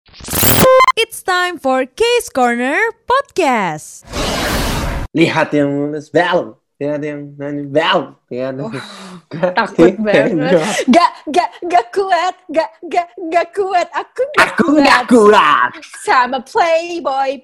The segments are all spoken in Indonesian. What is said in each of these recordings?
It's time for Case Corner Podcast. Lihat yang nulis Val, lihat yang nanya Val, ya. Takut banget. Gak kuat. Aku nggak kuat. Sama playboy.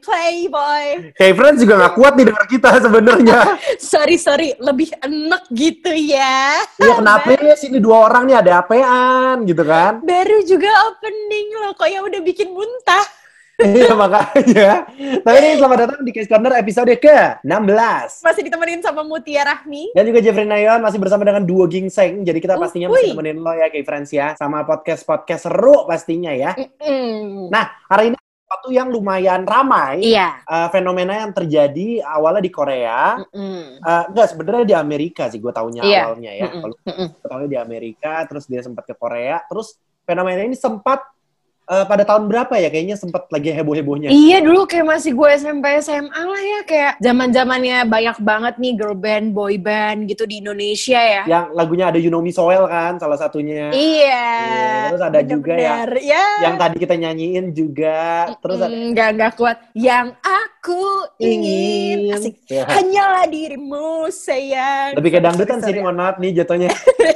Hey friends juga nggak kuat nih dengar kita sebenarnya. Sorry, lebih enek gitu ya. Iya kenapa ya sini dua orang nih ada apaan gitu kan? Baru juga opening loh, kok yang udah bikin muntah. Iya makanya. Tapi ini selamat datang di Case Corner episode ke-16. Masih ditemenin sama Mutia Rahmi. Dan juga Jeffrey Nayon masih bersama dengan duo gingseng. Jadi kita pastinya masih nemenin lo ya kayak friends ya. Sama podcast seru pastinya ya. Nah hari ini sesuatu yang lumayan ramai. Iya. Fenomena yang terjadi awalnya di Korea. Enggak, sebenarnya di Amerika sih gue taunya awalnya ya. Kalau gue taunya di Amerika, terus dia sempat ke Korea. Terus fenomena ini sempat pada tahun berapa ya? Kayaknya sempat lagi heboh-hebohnya. Iya, dulu kayak masih gue SMP SMA lah ya, kayak zaman-zamannya banyak banget nih girl band, boy band gitu di Indonesia ya. Yang lagunya ada You Know Me So Well kan salah satunya. Iya. Terus ada juga yang tadi kita nyanyiin juga. Terus nggak kuat. Yang aku ingin asik. Ya. Hanyalah dirimu sayang. Lebih ke dangdutan sih, mohon maaf nih jatuhnya.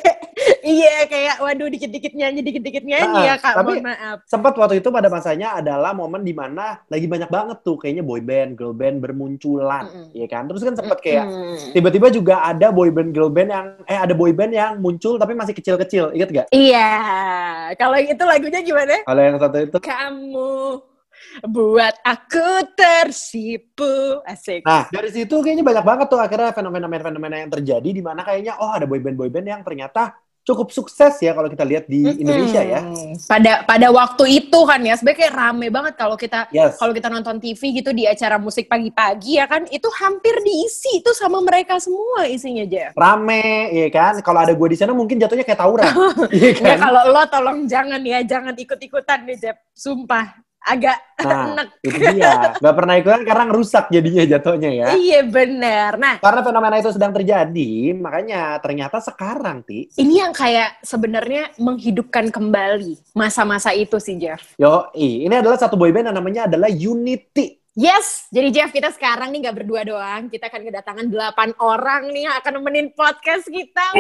Iya, kayak waduh dikit-dikit nyanyi ya Kak, tapi mohon maaf. sempat waktu itu pada masanya adalah momen dimana lagi banyak banget tuh kayaknya boy band, girl band bermunculan, ya kan? Terus kan sempat kayak tiba-tiba juga ada boy band, girl band yang ada boy band yang muncul tapi masih kecil-kecil, inget gak? Iya, kalau itu lagunya gimana? Kalau yang satu itu Kamu buat aku tersipu, asik. Nah, dari situ kayaknya banyak banget tuh akhirnya fenomena yang terjadi di mana kayaknya ada boy band yang ternyata cukup sukses ya kalau kita lihat di Indonesia ya. Pada waktu itu kan ya, sebenarnya kayak rame banget kalau kita nonton TV gitu di acara musik pagi-pagi ya kan, itu hampir diisi itu sama mereka semua isinya Jeff. Rame, ya kan? Kalau ada gue di sana mungkin jatuhnya kayak tawuran. Iya kan? Nggak, kalau lo tolong jangan ikut-ikutan nih Jeff, sumpah. Agak enek. Itu dia. Gak pernah ikutan karena ngerusak jadinya jatuhnya ya. Iya benar. Nah, karena fenomena itu sedang terjadi, makanya ternyata sekarang, Ti. Ini yang kayak sebenarnya menghidupkan kembali masa-masa itu sih, Jeff. Ini adalah satu boyband yang namanya adalah Unity. Yes, jadi Jeff, kita sekarang nih gak berdua doang. Kita akan kedatangan 8 orang nih yang akan nemenin podcast kita.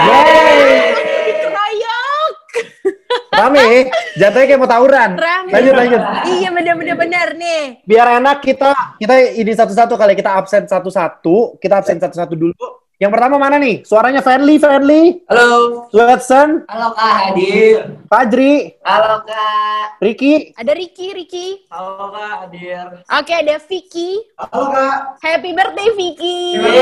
Keroyok. Rame, jatuhnya kayak mau tawuran. Lanjut. Iya, bener-bener nih. Biar enak kita ini satu-satu kali, kita absen satu-satu. Kita absen satu-satu dulu. Yang pertama mana nih? Suaranya Fadli. Halo. Watson. Halo Kak Hadir. Fajri. Halo Kak. Riki. Ada Riki. Halo Kak Hadir. Oke, ada Vicky. Halo Kak. Happy birthday Vicky.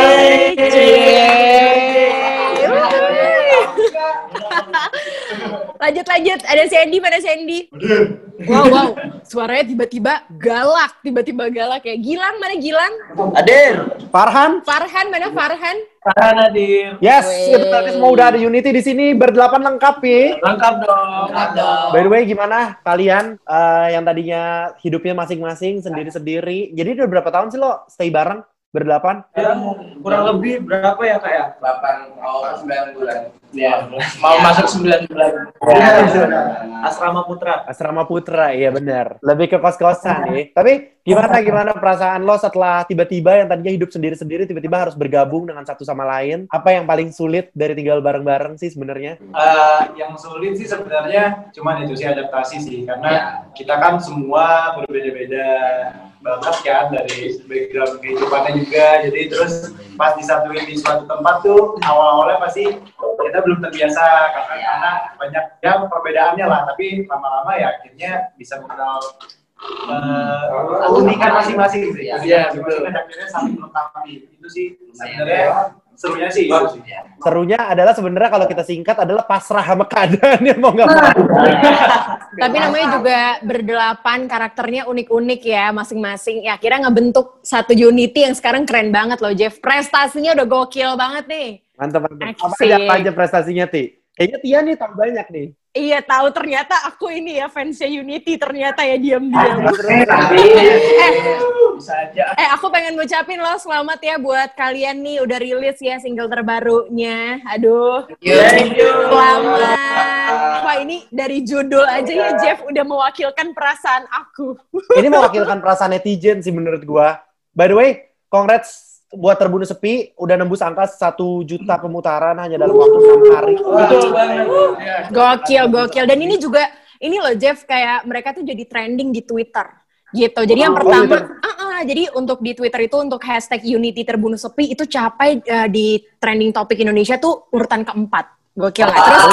Lanjut. Ada Sandy, mana Sandy? Wow. Suaranya tiba-tiba galak kayak Gilang, mana Gilang? Hadir. Farhan. Mana Farhan? Farhan Hadir. Yes, kita semua udah ada Unity di sini berdelapan lengkap ya. Lengkap dong. By the way, gimana kalian yang tadinya hidupnya masing-masing sendiri-sendiri? Jadi udah berapa tahun sih lo stay bareng berdelapan? Ya, kurang lebih berapa ya Kak ya? 9 bulan. Ya, mau masuk 9 bulan. Asrama Putra, iya benar. Lebih ke kos-kosan ya. Tapi gimana perasaan lo setelah tiba-tiba yang tadinya hidup sendiri-sendiri tiba-tiba harus bergabung dengan satu sama lain? Apa yang paling sulit dari tinggal bareng-bareng sih sebenarnya? Yang sulit sih sebenarnya cuman itu sih adaptasi sih, karena kita kan semua berbeda-beda banget kan dari background kehidupannya juga. Jadi terus pas disatuin di suatu tempat tuh awal-awalnya pasti kita belum terbiasa karena banyak ya perbedaannya lah, tapi lama-lama ya akhirnya bisa mengenal keunikan masing-masing sih. Iya, betul. Akhirnya saling melengkapi. Itu sih sebenarnya serunya sih. Serunya adalah sebenarnya kalau kita singkat adalah pasrah sama keadaan yang mau nggak mau. Tapi namanya juga berdelapan, karakternya unik-unik ya masing-masing. Ya akhirnya ngebentuk satu unity yang sekarang keren banget loh Jeff. Prestasinya udah gokil banget nih. Mantap. Apa aja prestasinya Ti? Kayaknya Tia nih tahu banyak nih. Iya tahu, ternyata aku ini ya fansnya Unity ternyata ya diam-diam. saja. Aku pengen ngucapin lo selamat ya buat kalian nih udah rilis ya single terbarunya. Aduh. Thank you. Selamat. Wah, ini dari judul aja ya Jeff udah mewakilkan perasaan aku. Ini mewakilkan perasaan netizen sih menurut gua. By the way, congrats buat Terbunuh Sepi udah nembus angka 1 juta pemutaran hanya dalam waktu 6 hari. Betul banget. Gokil. Dan ini juga, ini loh Jeff, kayak mereka tuh jadi trending di Twitter. Gitu. Jadi yang pertama, jadi untuk di Twitter itu untuk hashtag Unity Terbunuh Sepi itu capai di trending topik Indonesia tuh urutan keempat. Gokil nggak? Terus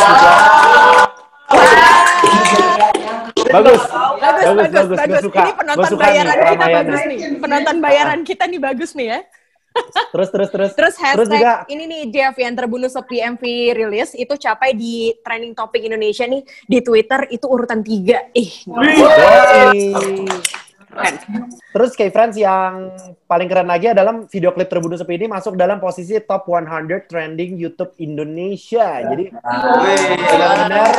Bagus. Suka. Ini penonton bayaran kita bagus nih. Penonton bayaran kita nih bagus nih ya. Terus hashtag juga, ini nih Jeff yang Terbunuh Sepi MV rilis itu capai di trending topik Indonesia nih di Twitter itu urutan 3. Terus K-Friends yang paling keren lagi adalah video klip Terbunuh Sepi ini masuk dalam posisi top 100 trending YouTube Indonesia. Jadi benar-benar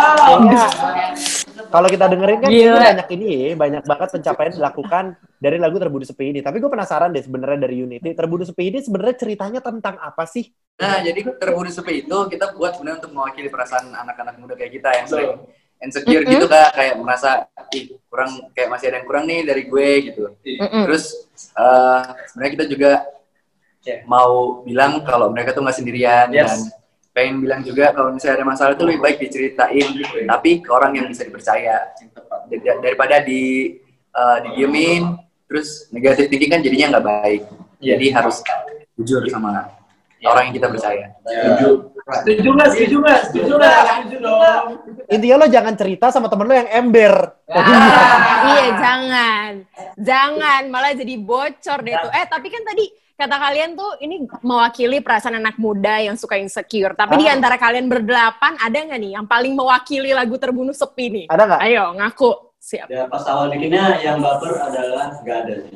kalau kita dengerin kan banyak banget pencapaian dilakukan dari lagu Terbunuh Sepi ini. Tapi gue penasaran deh sebenarnya dari Unity, Terbunuh Sepi ini sebenarnya ceritanya tentang apa sih? Nah, jadi Terbunuh Sepi itu kita buat sebenarnya untuk mewakili perasaan anak-anak muda kayak kita yang sering insecure gitu kayak merasa kurang, kayak masih ada yang kurang nih dari gue gitu. Terus sebenarnya kita juga mau bilang kalau mereka tuh nggak sendirian dan pengen bilang juga kalau misalnya ada masalah itu lebih baik diceritain tapi ke orang yang bisa dipercaya daripada didiemin terus negatif thinking kan jadinya nggak baik. Jadi harus jujur sama orang yang kita percaya. Setuju nggak? Setuju dong. Intinya lo jangan cerita sama temen lo yang ember. Iya, jangan malah jadi bocor deh tuh. Tapi kan tadi kata kalian tuh ini mewakili perasaan anak muda yang suka insecure. Tapi di antara kalian berdelapan ada nggak nih yang paling mewakili lagu Terbunuh Sepi nih? Ada nggak? Ayo ngaku. Siap. Ya pas awal bikinnya yang baper adalah nggak ada sih.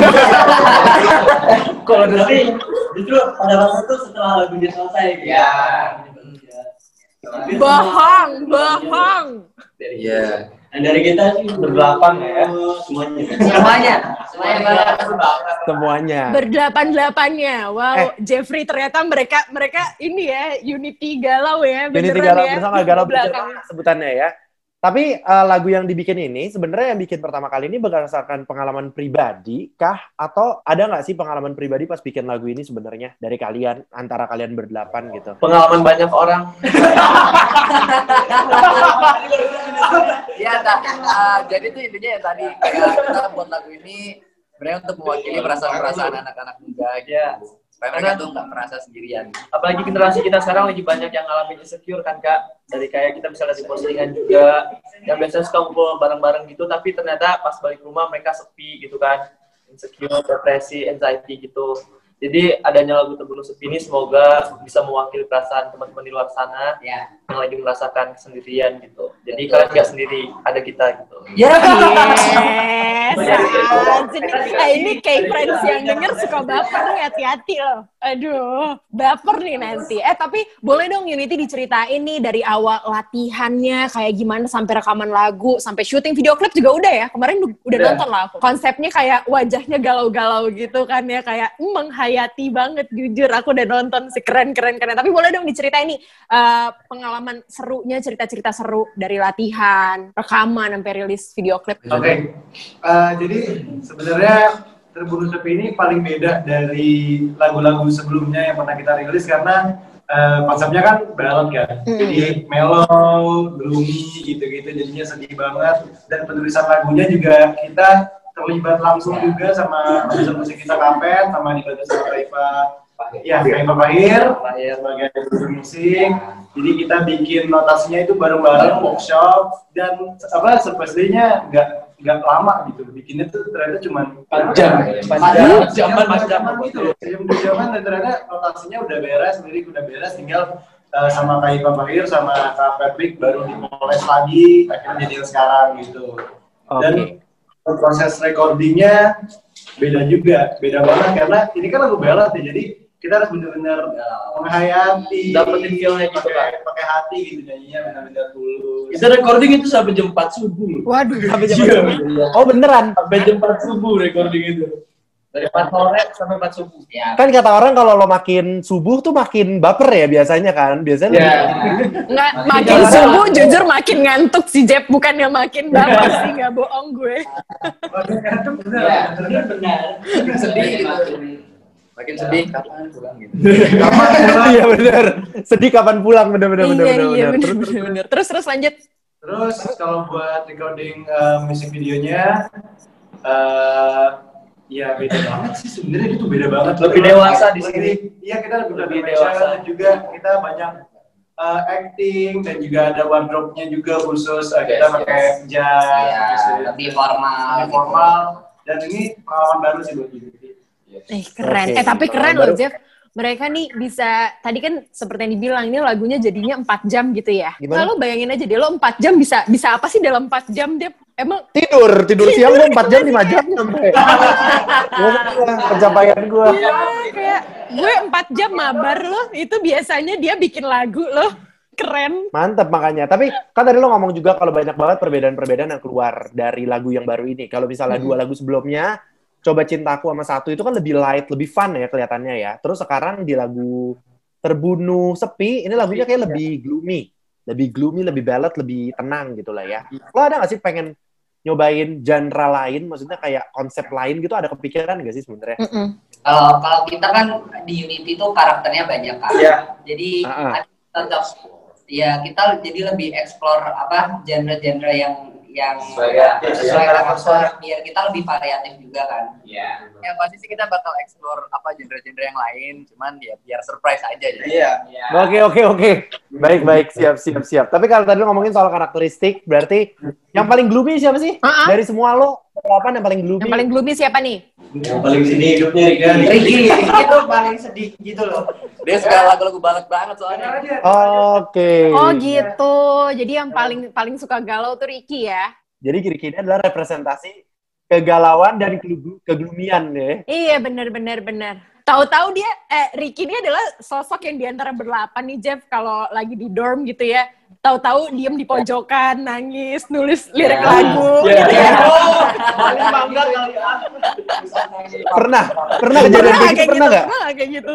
Kalau dari Justru pada waktu itu setelah lagunya selesai gitu. Bohong. Iya. Dan dari kita sih berdelapan ya. Semuanya. Berdelapan-delapannya. Wow, Jeffrey ternyata mereka ini ya Unity galau ya. Unity galau bersama galau sebutannya ya. Tapi lagu yang dibikin ini sebenarnya yang bikin pertama kali ini berdasarkan pengalaman pribadi kah? Atau ada nggak sih pengalaman pribadi pas bikin lagu ini sebenarnya dari kalian, antara kalian berdelapan gitu? Pengalaman banyak orang. Iya, jadi tuh intinya ya tadi kita buat lagu ini sebenarnya untuk mewakili perasaan-perasaan anak-anak muda gitu. Supaya mereka tuh nggak merasa sendirian. Apalagi generasi kita sekarang lagi banyak yang ngalamin insecure kan Kak. Dari kayak kita bisa lihat di postingan juga, yang biasanya suka ngumpul bareng-bareng gitu, tapi ternyata pas balik rumah mereka sepi gitu kan. Insecure, depresi, anxiety gitu. Jadi adanya lagu Terbunuh Sepi ini semoga bisa mewakili perasaan teman-teman di luar sana yang lagi merasakan kesendirian gitu. Jadi kalian nggak sendiri, ada kita gitu. Yes. Ini kayak friends yang denger suka baper nih, hati-hati loh. Aduh, baper nih nanti. Tapi boleh dong Unity diceritain nih dari awal latihannya kayak gimana sampai rekaman lagu, sampai syuting video klip juga udah ya. Kemarin udah nonton lah aku. Konsepnya kayak wajahnya galau-galau gitu kan ya, kayak menghayati banget, jujur aku udah nonton sih, keren. Tapi boleh dong diceritain nih pengalaman serunya, cerita-cerita seru dari latihan, rekaman sampai rilis video klip. Oke. Jadi sebenarnya Terbunuh Sepi ini paling beda dari lagu-lagu sebelumnya yang pernah kita rilis karena konsepnya kan ballad kan. Jadi mellow, gloomy gitu-gitu, jadinya sedih banget. Dan penulisan lagunya juga kita terlibat langsung juga sama produser musik kita Kapen, sama dibantu sama Raifa Fahir sebagai produser musik. Jadi kita bikin notasinya itu bareng-bareng workshop, dan surprise-nya nggak lama gitu. Bikinnya tuh ternyata cuma 4 jam. Jaman dan ternyata notasinya udah beres, lirik udah beres, tinggal sama Kak Iva Fahir sama Kak Patrick baru dipoles lagi, akhirnya jadi yang sekarang gitu. Dan proses recordingnya beda banget karena ini kan lagu ballad ya, jadi kita harus benar-benar menghayati, dapetin feel-nya gitu kan. Pakai hati gitu nyanyinya benar-benar tulus. Kita recording itu sampai jam 4 subuh. Waduh. Sampai jam 4. Oh beneran? Sampai jam 4 subuh recording itu. Dari 4 sore sampai 4 subuh. Ya. Kan kata orang kalau lo makin subuh tuh makin baper ya biasanya kan. Biasanya Nggak, makin subuh jujur makin ngantuk si Jeb, bukannya makin baper sih, nggak bohong gue. Benar. Makin sedih gitu. Makin sedih kapan pulang gitu. Iya benar. Sedih kapan pulang benar. Iya benar. Terus lanjut. Terus kalau buat recording musik videonya, ya beda banget sih sebenarnya, itu beda banget. Lebih dewasa di sini. Iya, kita lebih dewasa juga. Kita banyak acting dan juga ada wardrobe-nya juga khusus. Kita pakai jas, lebih formal. Dan ini pengalaman baru sih buat Unity. Keren. Oke. Tapi keren loh Jeff. Mereka nih bisa, tadi kan seperti yang dibilang, ini lagunya jadinya 4 jam gitu ya. Gimana? Lalu bayangin aja deh, lo 4 jam bisa apa sih dalam 4 jam, Dep? Emang tidur siang gue 4 jam 5 jam sampai. Pencapaian gue. ya, kayak gue 4 jam mabar loh, itu biasanya dia bikin lagu loh. Keren. Mantep makanya. Tapi kan tadi lo ngomong juga kalau banyak banget perbedaan-perbedaan yang keluar dari lagu yang baru ini. Kalau misalnya 2 lagu sebelumnya, Coba Cintaku sama Satu itu kan lebih light, lebih fun ya kelihatannya ya. Terus sekarang di lagu Terbunuh Sepi, ini lagunya kayak lebih gloomy. Lebih gloomy, lebih ballad, lebih tenang gitu lah ya. Lo ada gak sih pengen nyobain genre lain, maksudnya kayak konsep lain gitu, ada kepikiran gak sih sebenarnya? Kalau kita kan di Unity tuh karakternya banyak kan. Jadi tetap ya kita jadi lebih explore genre-genre yang sesuai karakter, biar kita lebih variatif juga kan. Yang pasti sih kita bakal explore genre-genre yang lain, cuman ya biar surprise aja ya. Oke. Baik, siap. Tapi kalau tadi lo ngomongin soal karakteristik, berarti yang paling gloomy siapa sih? Dari semua lo, yang paling gloomy? Yang paling gloomy siapa nih? Yang paling sedih hidupnya Ricky itu paling sedih gitu loh. Dia suka lagu-lagu balad banget soalnya. Oke. Oh gitu. Jadi yang paling suka galau tuh Ricky ya? Jadi Ricky ini adalah representasi kegalauan dan kegloomian ya. Iya benar. Tahu-tahu dia, Ricky ini adalah sosok yang diantara berlapan nih Jeff, kalau lagi di dorm gitu ya. Tahu-tahu diem di pojokan, nangis, nulis lirik lagu. Gitu ya. Paling bangga kali ya. Pernah kejadian kayak gitu, pernah nggak? Pernah kayak gitu.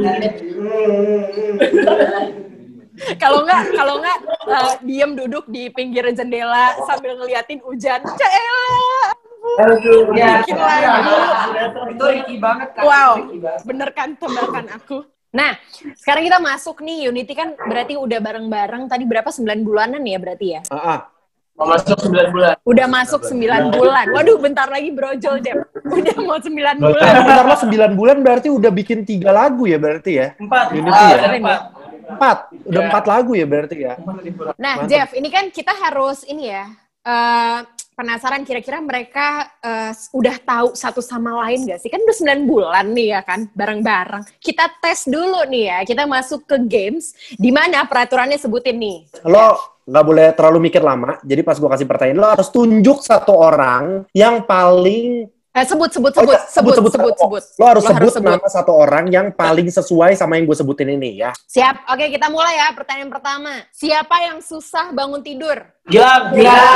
Kalau nggak diem duduk di pinggir jendela sambil ngeliatin hujan. Caela. Bikin lagu. Itu Ricky banget kan. Wow, bener kan tebakan aku. Nah, sekarang kita masuk nih, Unity kan berarti udah bareng-bareng, tadi berapa, 9 bulanan ya berarti ya? Mau masuk 9 bulan. Udah masuk 9 bulan. Waduh, bentar lagi brojol, Jep. Udah mau 9 bulan. Bentar lo 9 bulan berarti udah bikin 3 lagu ya berarti ya? 4. Unity ya? 4. Udah 4 lagu ya berarti ya? Nah, mantap. Jeff, ini kan kita harus ini ya, penasaran kira-kira mereka udah tahu satu sama lain gak sih? Kan udah 9 bulan nih ya kan, bareng-bareng. Kita tes dulu nih ya, kita masuk ke games, di mana peraturannya sebutin nih. Lo nggak boleh terlalu mikir lama, jadi pas gue kasih pertanyaan, lo harus tunjuk satu orang yang paling... Sebut. Lo harus sebut nama satu orang yang paling sesuai sama yang gue sebutin ini ya. Siap, oke kita mulai ya, pertanyaan pertama. Siapa yang susah bangun tidur? Gilang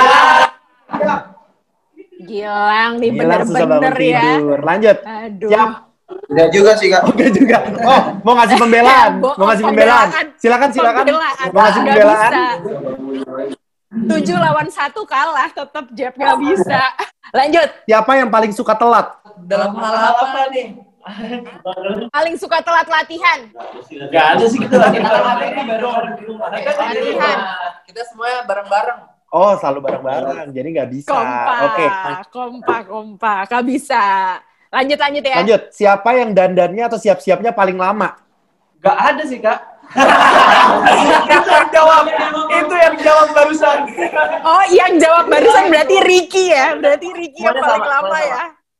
nih, bener-bener ya. Tidur. Lanjut. Aduh. Siap. Enggak juga sih, Kak. Oke juga. Oh, mau ngasih pembelaan. Silakan. Mau ngasih pembelaan. 7 lawan 1 kalah, tetap Jeb nggak bisa. Lanjut. Siapa yang paling suka telat? Dalam hal apa nih? Paling suka telat latihan? Gak ada sih kita latihan. Latihan. Kita semuanya bareng-bareng. Oh, selalu bareng-bareng. Jadi nggak bisa. Oke. Kompak. Nggak bisa. Lanjut ya. Lanjut. Siapa yang dandannya atau siap-siapnya paling lama? Gak ada sih, Kak. Itu yang jawab barusan. Oh, yang jawab barusan berarti Ricky ya. Berarti Ricky yang paling lama ya.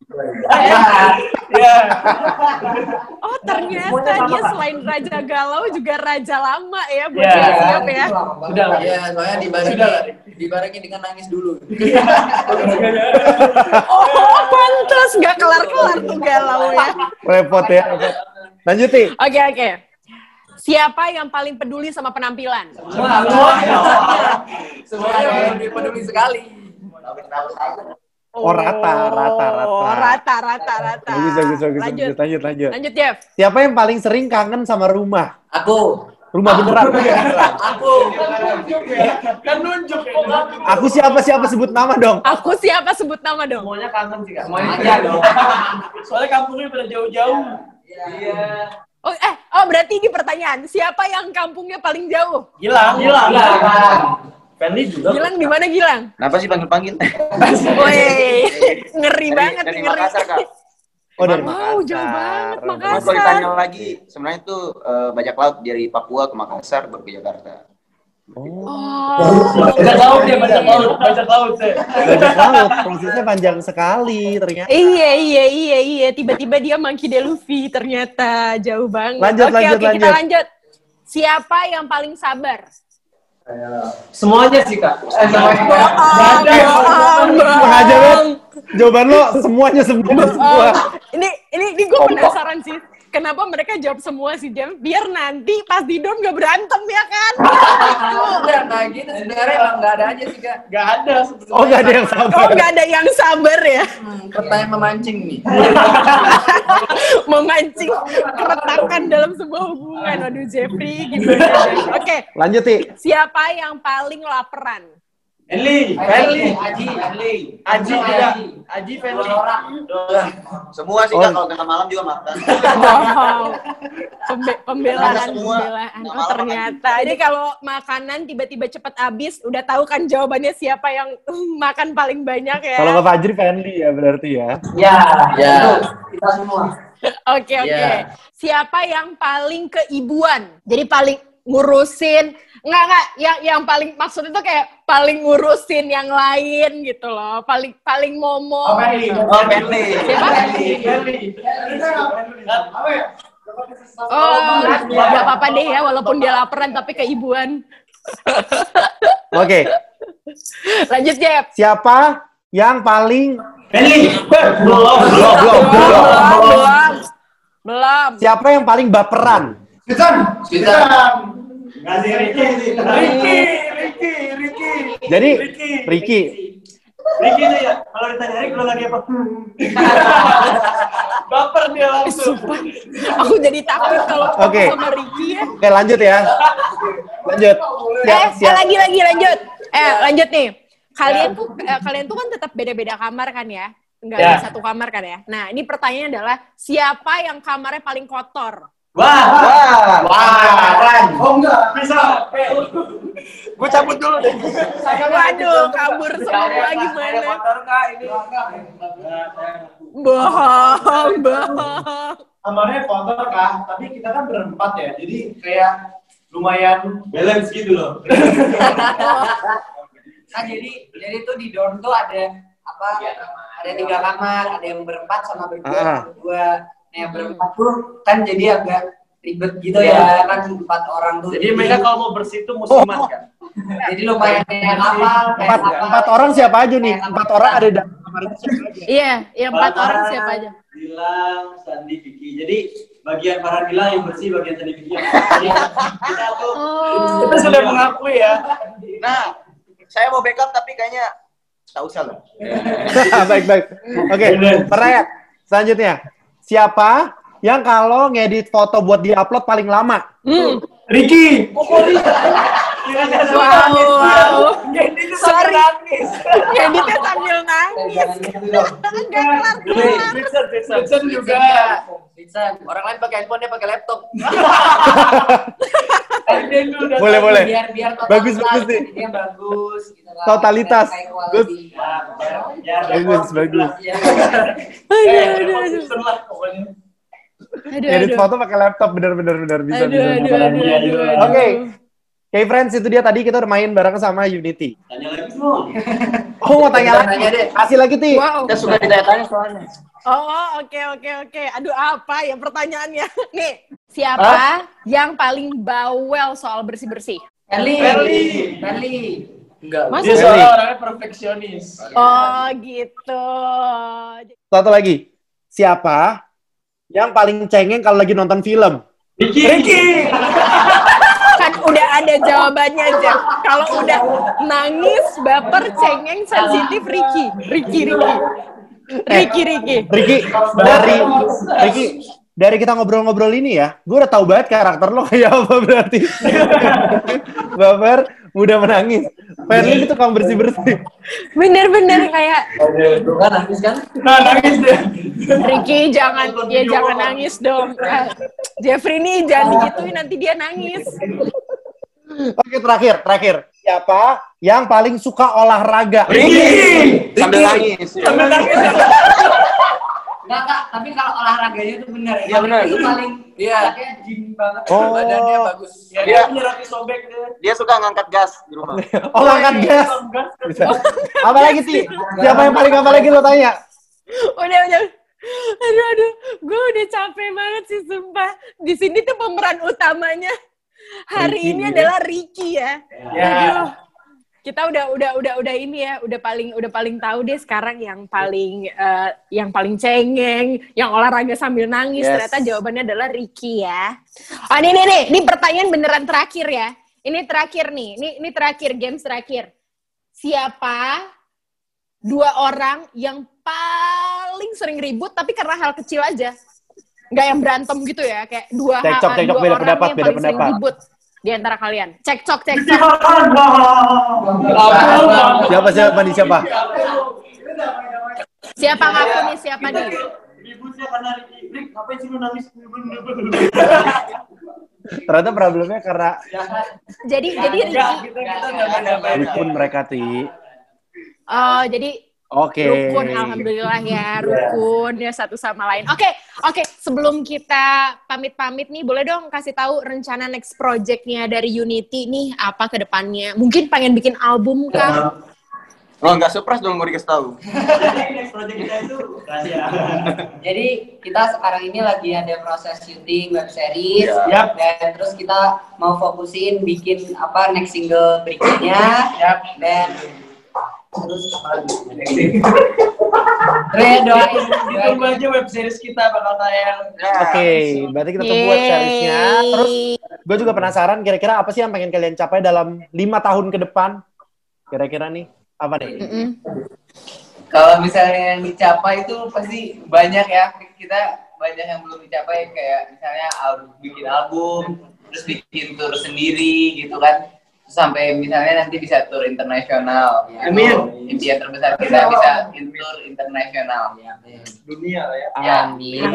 Oh, ternyata dia selain raja galau juga raja lama ya buat siap ya. Sudah lah. Ya, soalnya dibarengi dengan nangis dulu. Oh, pantas nggak kelar tuh galau ya. Repot ya. Lanjut, Ti. Oke. Siapa yang paling peduli sama penampilan? Semua peduli sekali. Rata. Bagus. Lanjut, Jeff. Siapa yang paling sering kangen sama rumah? Aku. Rumah beneran. Aku. Kan nunjuk kok. Aku siapa sebut nama dong. Aku siapa sebut nama dong? Semuanya kangen sih, Kak. Semuanya aja dong. Soalnya kampungnya pada jauh-jauh. Iya. Oh berarti ini pertanyaan. Siapa yang kampungnya paling jauh? Gilang. Family juga. Gilang di mana Gilang? Kenapa sih panggil-panggil? Woi, ngeri banget. Dari Makassar, Kak. Oh, dari Wow, Makassar. jauh banget Kalau Makassar. ditanya lagi, sebenarnya tuh bajak laut dari Papua ke Makassar baru ke Jakarta. Bajak laut ya. Bajak laut, prosesnya panjang sekali ternyata. Iya. Tiba-tiba dia Monkey D. Luffy ternyata jauh banget. Lanjut. Kita lanjut. Siapa yang paling sabar? Semuanya sih, Kak. Sengaja banget. Jawaban lo semuanya semua. Ini gue penasaran sih. Kenapa mereka jawab semua sih, Jam? Biar nanti pas di dorm gak berantem, ya kan? Udah, nah gitu. Sebenarnya emang nggak ada aja sih, Kak. Nggak ada. Oh, nggak ada yang sabar. Oh, gak ada yang sabar ya? Pertanyaan memancing nih. Memancing keretakan dalam sebuah hubungan. Waduh, Jeffrey, gimana? Oke, Lanjut, Ti. siapa yang paling laparan? Aji, Semua sih, Kak, kalau tengah malam juga makan. Wow, pembelaan. Oh, Malam ternyata. Jadi kalau makanan tiba-tiba cepat habis, udah tahu kan jawabannya siapa yang makan paling banyak ya? Kalau nggak Fajri, Family ya berarti ya. Ya. kita semua. Oke. Ya. Siapa yang paling keibuan? Jadi paling ngurusin, enggak, yang paling maksudnya tuh kayak paling ngurusin yang lain gitu loh, paling momo. Family. Siapa? Gak apa-apa deh ya, walaupun dia laparan tapi keibuan. Oke. Lanjut, Jeff. Siapa yang paling Belum. Siapa yang paling baperan? Ngasih Ricky. Jadi Ricky. Ricky itu ya, kalau ditanya Ricky lo lagi apa? Baper dia langsung. Aku jadi takut kalau Oke. sama Ricky ya. Oke, lanjut ya. Lanjut. Lanjut. Lanjut nih. Kalian tuh kan tetap beda-beda kamar kan ya? Enggak ada satu kamar kan ya? Nah, ini pertanyaannya adalah siapa yang kamarnya paling kotor? Wah. Oh enggak, bisa. Gue cabut dulu deh. Waduh, kabur semua gimana? Kotor nggak ini? Bohong. Kamarnya kotor, Kak, tapi kita kan berempat ya, jadi kayak lumayan balance gitu loh. Nah, jadi tuh di dorm tuh ada apa? Ada 3 kamar, ada yang berempat sama berdua. Nah, yang berempat tuh kan jadi agak ribet gitu ya, kan 4 orang tuh. Jadi mereka kalau mau bersih tuh musiman kan. Jadi lumayan kayak apa? Empat orang siapa aja nih? 4 orang ada di dalam kamar itu siapa aja? Iya, yang 4 orang siapa aja? Gilang, Sandi, Vicky. Jadi bagian para Gilang yang bersih, bagian Sandi, Vicky yang bersih. Kita tuh Kita sudah mengakui ya. Nah, saya mau backup tapi kayaknya tak usah lah. Baik. Oke, pertanyaan selanjutnya. Siapa yang kalau ngedit foto buat di-upload paling lama? Ricky. Wow. Sorry. Nangis. Editnya sambil nangis. Gak kelar. Vincent juga. Bisa. Orang lain pakai handphone, dia pakai laptop. Boleh. Biar Bagus nih. Dia bagus. Gitu lah. Totalitas. High quality. Bagus. Edit foto pakai laptop bener bisa. Oke. Oke, friends, itu dia tadi kita udah main bareng sama Unity. tanya lagi semua. Oh, mau tanya Tanya lagi? deh. Kasih lagi, Ti. Wow. Kita suka ditanya-tanya soalnya. Oh, oke. Aduh, apa ya pertanyaannya? Nih, siapa yang paling bawel soal bersih-bersih? Ferli. Enggak. Mas, Dia soalnya orangnya perfeksionis. oh gitu. Satu lagi. Siapa Yang paling cengeng kalau lagi nonton film. Ricky. Kan udah ada jawabannya aja. Kalau udah nangis, baper, cengeng, sensitif, Ricky. Dari kita ngobrol-ngobrol ini ya, gue udah tahu banget karakter lo kayak apa berarti. Baper, mudah menangis. Ferlin itu kamu bersih-bersih. Bener-bener kayak Tuh kan nangis kan? Nah, nangis deh. Ricky jangan nangis dong. Jeffrey nih jangan digituin nanti dia nangis. Oke, terakhir. Siapa yang paling suka olahraga? Ricky. Sambil nangis. Enggak, Kak, tapi kalau olahraganya itu benar. Iya, benar. Itu paling kayak gym banget. Oh. Badannya bagus. Dia nyerati sobek deh. Dia suka ngangkat gas di rumah. Oh, angkat gas. Bisa. Apa lagi sih? Siapa yang paling apa lagi lo tanya? Udah. Aduh, gue udah capek banget sih sumpah. Di sini tuh pemeran utamanya hari Ricky, ini ya? adalah Ricky ya. Ya. Aduh. Kita udah ini ya, udah paling tahu deh sekarang yang paling cengeng, yang olahraga sambil nangis. Yes. Ternyata jawabannya adalah Ricky ya. Oh, ini pertanyaan beneran terakhir ya. Ini terakhir nih. Ini terakhir, games terakhir. Siapa 2 orang yang paling sering ribut tapi karena hal kecil aja? Nggak yang berantem gitu ya, kayak dua Cekcok, beda orang pendapat, yang beda paling sering pendapat. ribut di antara kalian. Cekcok. Siapa? Siapa ngaku nih? Siapa nih? Ributnya karena Rick, ngapain sih lu nangis? Ternyata problemnya karena Jadi Ricky. rukun mereka, Ti. Oh, jadi Oke. rukun, alhamdulillah ya, rukun ya satu sama lain. Oke, sebelum kita pamit-pamit nih, boleh dong kasih tahu rencana next project-nya dari Unity nih apa ke depannya? Mungkin pengen bikin album kah? Oh, nggak surprise dong mau dikasih tahu. Next project kita itu rahasia. Jadi kita sekarang ini lagi ada proses syuting web series. Yap. Dan terus kita mau fokusin bikin next single berikutnya. Dan terus doain Tunggu aja web series kita bakal tayang. Oke, berarti kita tunggu web seriesnya. Terus gue juga penasaran kira-kira apa sih yang pengen kalian capai dalam 5 tahun ke depan? Kira-kira nih, apa nih? Kalau misalnya yang dicapai itu pasti banyak ya. Kita banyak yang belum dicapai, kayak misalnya bikin album, terus bikin tour sendiri gitu kan. Sampai misalnya nanti bisa tour internasional. Amin. Impian terbesar kita bisa tour internasional. Dunia lah ya. Amin.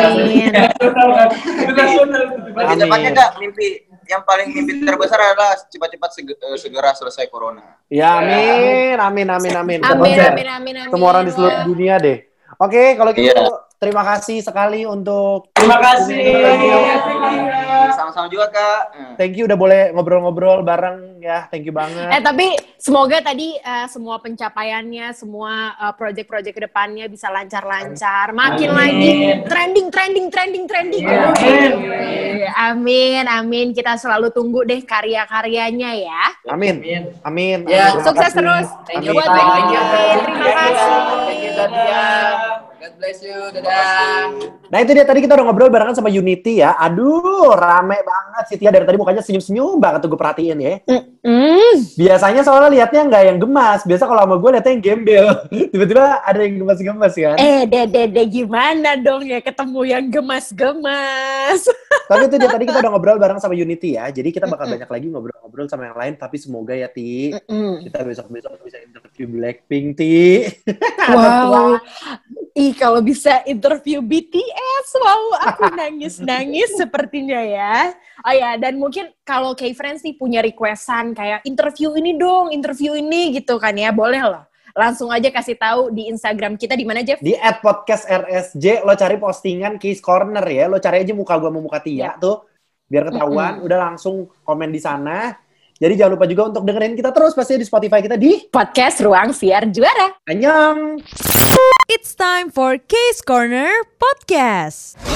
Bagi tepatnya Kak, yang paling mimpi terbesar adalah cepat-cepat segera selesai corona. Ya, amin. Amin. Semua orang di seluruh dunia deh. Oke, kalau gitu terima kasih sekali untuk Terima kasih. Sama-sama juga Kak. Thank you udah boleh ngobrol-ngobrol bareng ya. Thank you banget. Tapi semoga tadi semua pencapaiannya, semua project-project kedepannya bisa lancar-lancar. Makin lagi trending. Amin. Kita selalu tunggu deh karya-karyanya ya. Amin. Ya, Sukses terus. Thank you. Buat Ricky. Terima kasih. God bless you. Dadah. Nah itu dia tadi kita udah ngobrol barengan sama Unity ya. Aduh, rame banget sih Tia. Dari tadi mukanya senyum-senyum banget tuh gue perhatiin ya. Biasanya soalnya liatnya nggak yang gemas. Biasa kalau sama gue liatnya yang gembel. Tiba-tiba ada yang gemas-gemas kan. Dede gimana dong ya ketemu yang gemas-gemas. Tapi itu dia tadi kita udah ngobrol bareng sama Unity ya. Jadi kita bakal banyak lagi ngobrol-ngobrol sama yang lain. Tapi semoga ya Ti, kita besok-besok bisa interview Blackpink Ti. Wow. Kalau bisa interview BTS, wow, aku nangis sepertinya ya. Oh ya, dan mungkin kalau K-Friends nih punya requestan kayak interview ini dong, interview ini gitu kan ya, boleh loh. Langsung aja kasih tahu di Instagram kita di mana, Jeff? Di @podcastrsj, lo cari postingan Case Corner ya, lo cari aja muka gua sama muka Tia tuh, biar ketahuan, udah langsung komen di sana. Jadi jangan lupa juga untuk dengerin kita terus pasti di Spotify kita di Podcast Ruang Siar Juara. Annyeong! It's time for Case Corner Podcast.